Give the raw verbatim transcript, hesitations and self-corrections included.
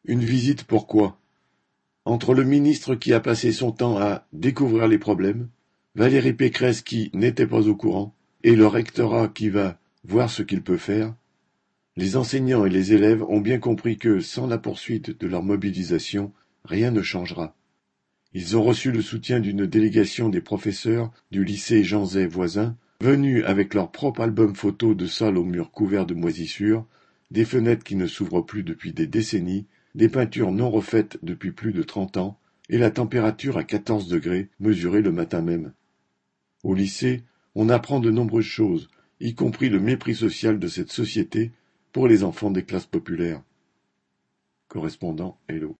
Une visite pourquoi? Entre le ministre qui a passé son temps à découvrir les problèmes, Valérie Pécresse qui n'était pas au courant, et le rectorat qui va voir ce qu'il peut faire, les enseignants et les élèves ont bien compris que, sans la poursuite de leur mobilisation, rien ne changera. Ils ont reçu le soutien d'une délégation des professeurs du lycée Jean Zay voisin, venus avec leur propre album photo de salle aux murs couverts de moisissures, des fenêtres qui ne s'ouvrent plus depuis des décennies, des peintures non refaites depuis plus de trente ans, et la température à quatorze degrés, mesurée le matin même. Au lycée, on apprend de nombreuses choses, y compris le mépris social de cette société pour les enfants des classes populaires. Correspondant Hello.